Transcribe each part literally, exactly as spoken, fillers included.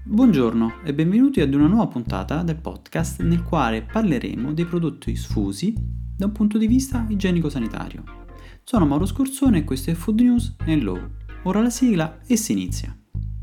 Buongiorno e benvenuti ad una nuova puntata del podcast nel quale parleremo dei prodotti sfusi da un punto di vista igienico-sanitario. Sono Mauro Scorsone e questo è Food News and Law. Ora la sigla e si inizia.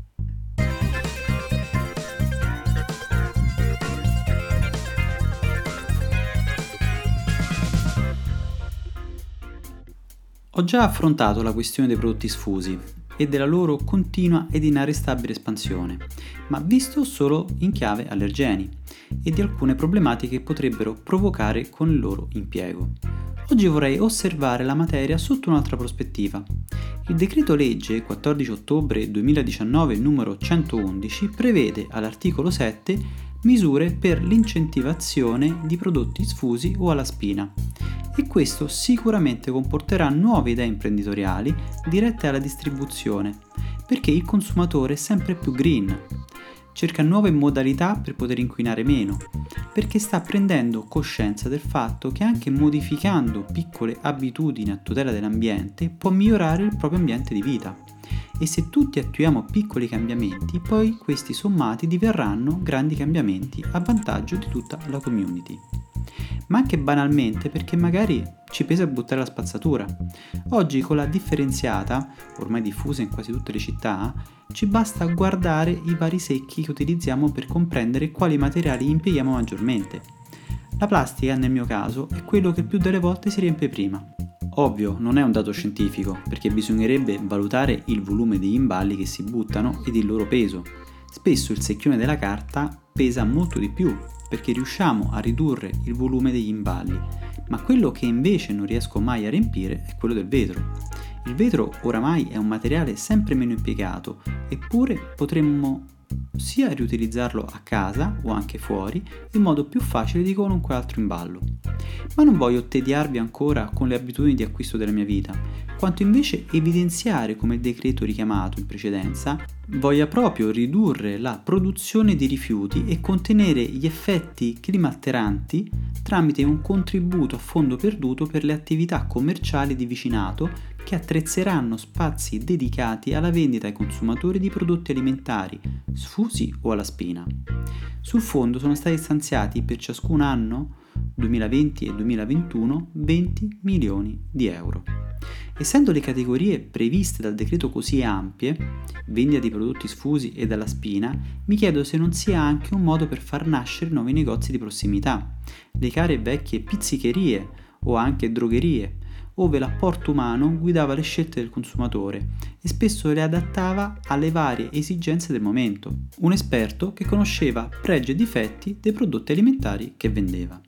Ho già affrontato la questione dei prodotti sfusi e della loro continua ed inarrestabile espansione, ma visto solo in chiave allergeni e di alcune problematiche che potrebbero provocare con il loro impiego. Oggi vorrei osservare la materia sotto un'altra prospettiva. Il decreto legge quattordici ottobre duemiladiciannove numero centoundici prevede all'articolo sette misure per l'incentivazione di prodotti sfusi o alla spina, e questo sicuramente comporterà nuove idee imprenditoriali dirette alla distribuzione, perché il consumatore è sempre più green, cerca nuove modalità per poter inquinare meno, perché sta prendendo coscienza del fatto che anche modificando piccole abitudini a tutela dell'ambiente può migliorare il proprio ambiente di vita. E se tutti attuiamo piccoli cambiamenti, poi questi sommati diverranno grandi cambiamenti a vantaggio di tutta la community. Ma anche banalmente perché magari ci pesa buttare la spazzatura. Oggi con la differenziata, ormai diffusa in quasi tutte le città, ci basta guardare i vari secchi che utilizziamo per comprendere quali materiali impieghiamo maggiormente. La plastica, nel mio caso, è quello che più delle volte si riempie prima. Ovvio, non è un dato scientifico, perché bisognerebbe valutare il volume degli imballi che si buttano ed il loro peso. Spesso il secchione della carta pesa molto di più, perché riusciamo a ridurre il volume degli imballi, ma quello che invece non riesco mai a riempire è quello del vetro. Il vetro oramai è un materiale sempre meno impiegato, eppure potremmo sia riutilizzarlo a casa o anche fuori in modo più facile di qualunque altro imballo. Ma non voglio tediarvi ancora con le abitudini di acquisto della mia vita, quanto invece evidenziare come il decreto richiamato in precedenza voglia proprio ridurre la produzione di rifiuti e contenere gli effetti climalteranti tramite un contributo a fondo perduto per le attività commerciali di vicinato che attrezzeranno spazi dedicati alla vendita ai consumatori di prodotti alimentari, sfusi o alla spina. Sul fondo sono stati stanziati per ciascun anno, duemilaventi e duemilaventuno, venti milioni di euro. Essendo le categorie previste dal decreto così ampie, vendita di prodotti sfusi e dalla spina, mi chiedo se non sia anche un modo per far nascere nuovi negozi di prossimità, le care e vecchie pizzicherie o anche drogherie, ove l'apporto umano guidava le scelte del consumatore e spesso le adattava alle varie esigenze del momento, un esperto che conosceva pregi e difetti dei prodotti alimentari che vendeva.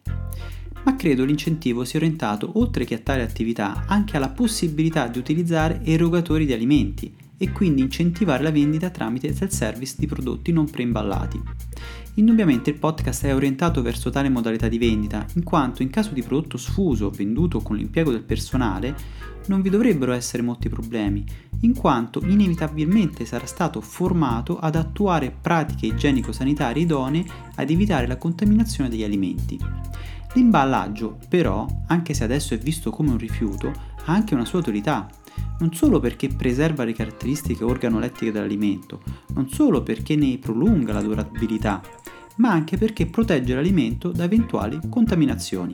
Ma credo l'incentivo sia orientato, oltre che a tale attività, anche alla possibilità di utilizzare erogatori di alimenti e quindi incentivare la vendita tramite self-service di prodotti non preimballati. Indubbiamente il podcast è orientato verso tale modalità di vendita, in quanto in caso di prodotto sfuso venduto con l'impiego del personale non vi dovrebbero essere molti problemi, in quanto inevitabilmente sarà stato formato ad attuare pratiche igienico-sanitarie idonee ad evitare la contaminazione degli alimenti. L'imballaggio, però, anche se adesso è visto come un rifiuto, ha anche una sua utilità. Non solo perché preserva le caratteristiche organolettiche dell'alimento, non solo perché ne prolunga la durabilità, ma anche perché protegge l'alimento da eventuali contaminazioni.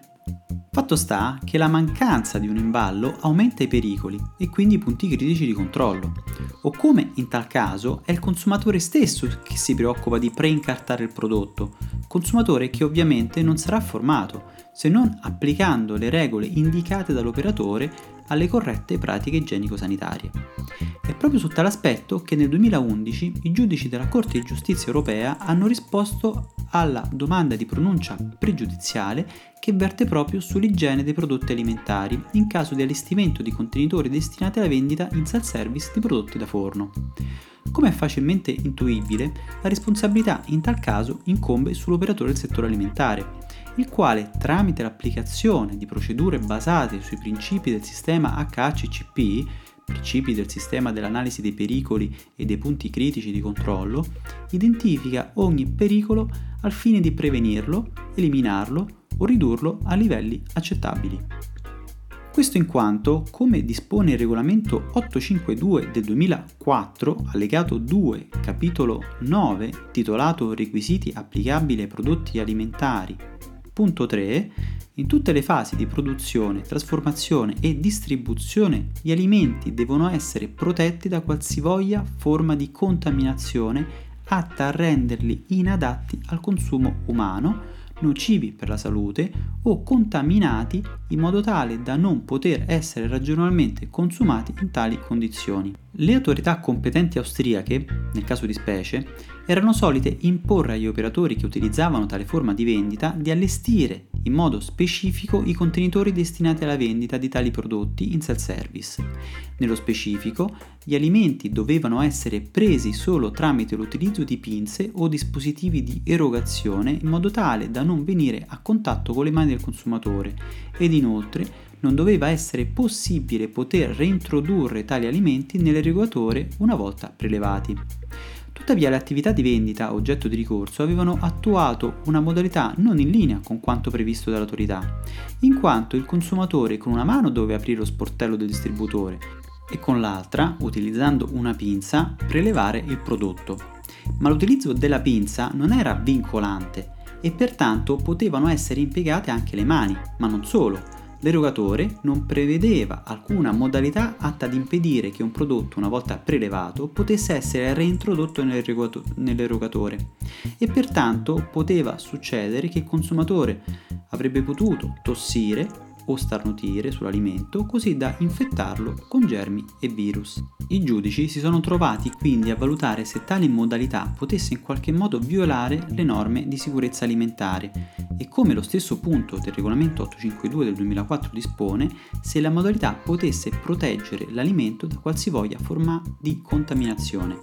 Fatto sta che la mancanza di un imballo aumenta i pericoli e quindi i punti critici di controllo, o come in tal caso è il consumatore stesso che si preoccupa di preincartare il prodotto, consumatore che ovviamente non sarà formato, se non applicando le regole indicate dall'operatore alle corrette pratiche igienico-sanitarie. È proprio su tale aspetto che nel duemilaundici i giudici della Corte di Giustizia Europea hanno risposto alla domanda di pronuncia pregiudiziale che verte proprio sull'igiene dei prodotti alimentari in caso di allestimento di contenitori destinati alla vendita in self-service di prodotti da forno. Come è facilmente intuibile, la responsabilità in tal caso incombe sull'operatore del settore alimentare, il quale, tramite l'applicazione di procedure basate sui principi del sistema H A C C P, principi del sistema dell'analisi dei pericoli e dei punti critici di controllo, identifica ogni pericolo al fine di prevenirlo, eliminarlo o ridurlo a livelli accettabili. Questo in quanto, come dispone il regolamento ottocentocinquantadue del duemilaquattro, allegato due, capitolo nove, titolato Requisiti applicabili ai prodotti alimentari, punto tre, in tutte le fasi di produzione, trasformazione e distribuzione gli alimenti devono essere protetti da qualsivoglia forma di contaminazione atta a renderli inadatti al consumo umano, nocivi per la salute o contaminati in modo tale da non poter essere ragionevolmente consumati in tali condizioni. Le autorità competenti austriache, nel caso di specie, erano solite imporre agli operatori che utilizzavano tale forma di vendita di allestire in modo specifico i contenitori destinati alla vendita di tali prodotti in self-service. Nello specifico, gli alimenti dovevano essere presi solo tramite l'utilizzo di pinze o dispositivi di erogazione in modo tale da non venire a contatto con le mani del consumatore ed inoltre non doveva essere possibile poter reintrodurre tali alimenti nell'erogatore una volta prelevati. Tuttavia le attività di vendita oggetto di ricorso avevano attuato una modalità non in linea con quanto previsto dall'autorità, in quanto il consumatore con una mano doveva aprire lo sportello del distributore e con l'altra, utilizzando una pinza, prelevare il prodotto. Ma l'utilizzo della pinza non era vincolante e pertanto potevano essere impiegate anche le mani, ma non solo. L'erogatore non prevedeva alcuna modalità atta ad impedire che un prodotto, una volta prelevato, potesse essere reintrodotto nell'erogatore e pertanto poteva succedere che il consumatore avrebbe potuto tossire o starnutire sull'alimento così da infettarlo con germi e virus. I giudici si sono trovati quindi a valutare se tale modalità potesse in qualche modo violare le norme di sicurezza alimentare e, come lo stesso punto del regolamento ottocentocinquantadue del duemilaquattro dispone, se la modalità potesse proteggere l'alimento da qualsivoglia forma di contaminazione.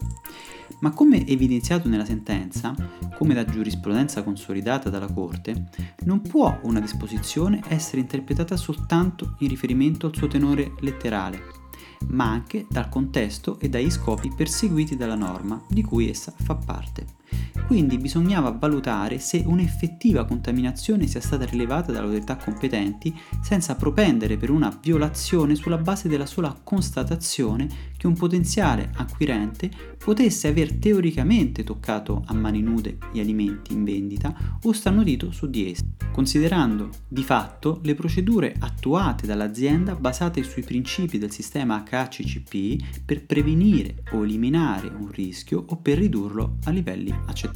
Ma come evidenziato nella sentenza, come da giurisprudenza consolidata dalla Corte, non può una disposizione essere interpretata soltanto in riferimento al suo tenore letterale, ma anche dal contesto e dagli scopi perseguiti dalla norma di cui essa fa parte. Quindi bisognava valutare se un'effettiva contaminazione sia stata rilevata dalle autorità competenti senza propendere per una violazione sulla base della sola constatazione che un potenziale acquirente potesse aver teoricamente toccato a mani nude gli alimenti in vendita o starnutito su di essi, considerando di fatto le procedure attuate dall'azienda basate sui principi del sistema H A C C P per prevenire o eliminare un rischio o per ridurlo a livelli accettabili.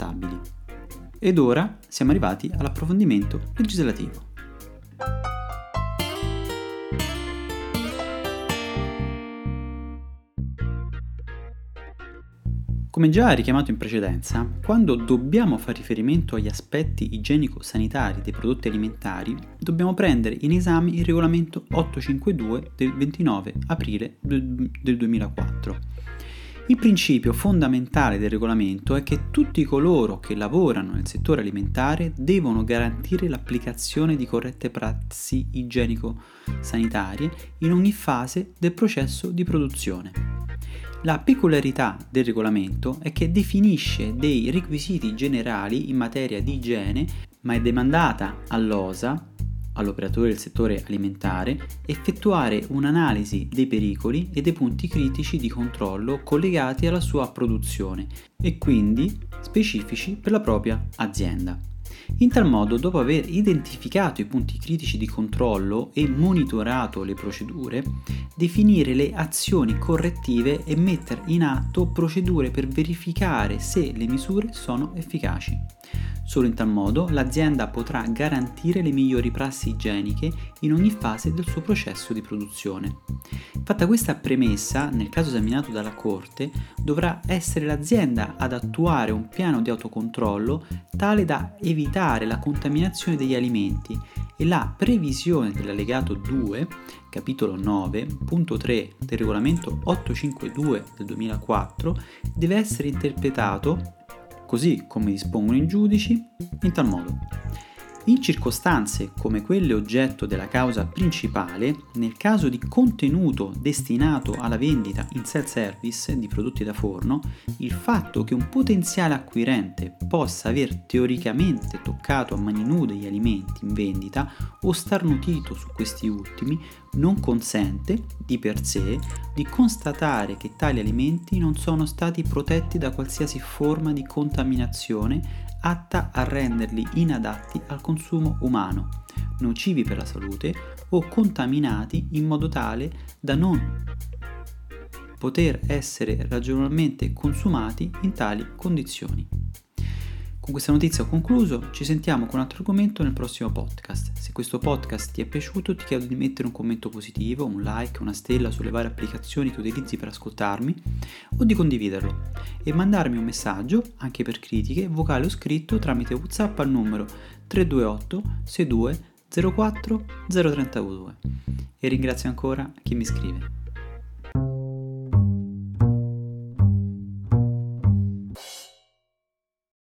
Ed ora siamo arrivati all'approfondimento legislativo. Come già richiamato in precedenza, quando dobbiamo fare riferimento agli aspetti igienico-sanitari dei prodotti alimentari, dobbiamo prendere in esame il regolamento ottocentocinquantadue del ventinove aprile del duemilaquattro. Il principio fondamentale del regolamento è che tutti coloro che lavorano nel settore alimentare devono garantire l'applicazione di corrette prassi igienico-sanitarie in ogni fase del processo di produzione. La peculiarità del regolamento è che definisce dei requisiti generali in materia di igiene, ma è demandata all'O S A, all'operatore del settore alimentare, effettuare un'analisi dei pericoli e dei punti critici di controllo collegati alla sua produzione e quindi specifici per la propria azienda. In tal modo, dopo aver identificato i punti critici di controllo e monitorato le procedure, definire le azioni correttive e mettere in atto procedure per verificare se le misure sono efficaci. Solo in tal modo l'azienda potrà garantire le migliori prassi igieniche in ogni fase del suo processo di produzione. Fatta questa premessa, nel caso esaminato dalla Corte, dovrà essere l'azienda ad attuare un piano di autocontrollo tale da evitare la contaminazione degli alimenti e la previsione dell'allegato due, capitolo nove, punto tre del regolamento ottocentocinquantadue del duemilaquattro deve essere interpretato così come dispongono i giudici, in tal modo. In circostanze come quelle oggetto della causa principale, nel caso di contenuto destinato alla vendita in self-service di prodotti da forno, il fatto che un potenziale acquirente possa aver teoricamente toccato a mani nude gli alimenti in vendita o starnutito su questi ultimi non consente, di per sé, di constatare che tali alimenti non sono stati protetti da qualsiasi forma di contaminazione atta a renderli inadatti al consumo umano, nocivi per la salute o contaminati in modo tale da non poter essere ragionevolmente consumati in tali condizioni. Con questa notizia ho concluso, ci sentiamo con un altro argomento nel prossimo podcast. Se questo podcast ti è piaciuto ti chiedo di mettere un commento positivo, un like, una stella sulle varie applicazioni che utilizzi per ascoltarmi o di condividerlo e mandarmi un messaggio, anche per critiche, vocale o scritto tramite WhatsApp al numero tre due otto sei due zero quattro zero tre due e ringrazio ancora chi mi scrive.